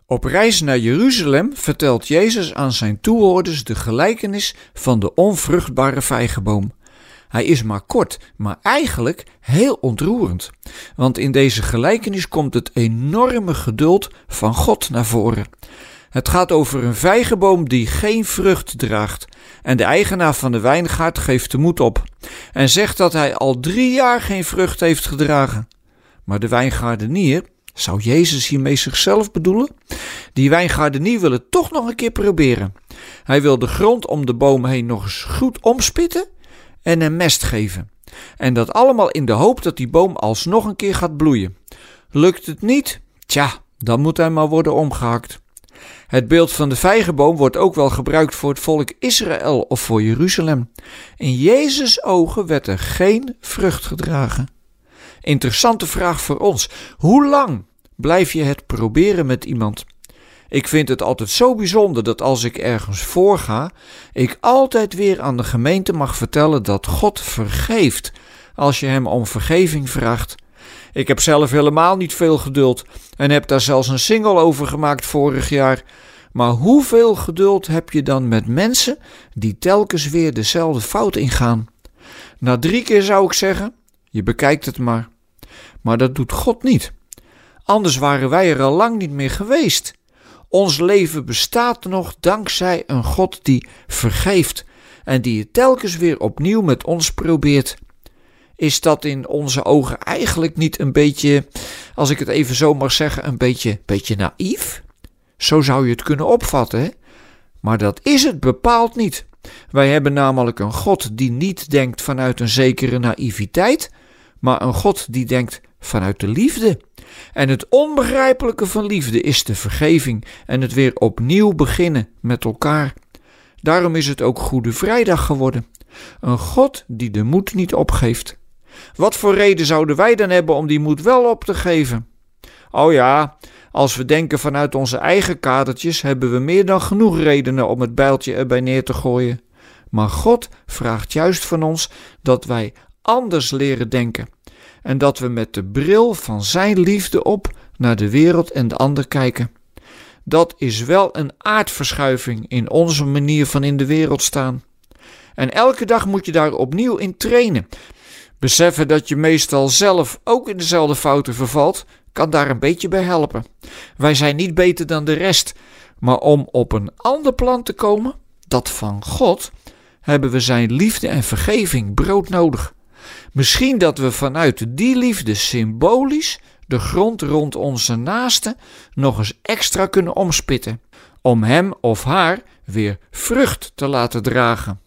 Op reis naar Jeruzalem vertelt Jezus aan zijn toehoorders de gelijkenis van de onvruchtbare vijgenboom. Hij is maar kort, maar eigenlijk heel ontroerend. Want in deze gelijkenis komt het enorme geduld van God naar voren. Het gaat over een vijgenboom die geen vrucht draagt. En de eigenaar van de wijngaard geeft de moed op. En zegt dat hij al 3 jaar geen vrucht heeft gedragen. Maar de wijngaardenier, zou Jezus hiermee zichzelf bedoelen? Die wijngaardenier wil het toch nog een keer proberen. Hij wil de grond om de boom heen nog eens goed omspitten en een mest geven. En dat allemaal in de hoop dat die boom alsnog een keer gaat bloeien. Lukt het niet? Tja, dan moet hij maar worden omgehakt. Het beeld van de vijgenboom wordt ook wel gebruikt voor het volk Israël of voor Jeruzalem. In Jezus' ogen werd er geen vrucht gedragen. Interessante vraag voor ons. Hoe lang blijf je het proberen met iemand? Ik vind het altijd zo bijzonder dat als ik ergens voorga, ik altijd weer aan de gemeente mag vertellen dat God vergeeft als je hem om vergeving vraagt. Ik heb zelf helemaal niet veel geduld en heb daar zelfs een single over gemaakt vorig jaar. Maar hoeveel geduld heb je dan met mensen die telkens weer dezelfde fout ingaan? Na 3 keer zou ik zeggen, je bekijkt het maar. Maar dat doet God niet. Anders waren wij er al lang niet meer geweest. Ons leven bestaat nog dankzij een God die vergeeft en die het telkens weer opnieuw met ons probeert. Is dat in onze ogen eigenlijk niet een beetje, als ik het even zo mag zeggen, een beetje naïef? Zo zou je het kunnen opvatten, hè? Maar dat is het bepaald niet. Wij hebben namelijk een God die niet denkt vanuit een zekere naïviteit, maar een God die denkt vanuit de liefde. En het onbegrijpelijke van liefde is de vergeving en het weer opnieuw beginnen met elkaar. Daarom is het ook Goede Vrijdag geworden. Een God die de moed niet opgeeft. Wat voor reden zouden wij dan hebben om die moed wel op te geven? Oh ja, als we denken vanuit onze eigen kadertjes, hebben we meer dan genoeg redenen om het bijltje erbij neer te gooien. Maar God vraagt juist van ons dat wij anders leren denken. En dat we met de bril van zijn liefde op naar de wereld en de ander kijken. Dat is wel een aardverschuiving in onze manier van in de wereld staan. En elke dag moet je daar opnieuw in trainen. Beseffen dat je meestal zelf ook in dezelfde fouten vervalt, kan daar een beetje bij helpen. Wij zijn niet beter dan de rest, maar om op een ander plan te komen, dat van God, hebben we zijn liefde en vergeving broodnodig. Misschien dat we vanuit die liefde symbolisch de grond rond onze naaste nog eens extra kunnen omspitten, om hem of haar weer vrucht te laten dragen.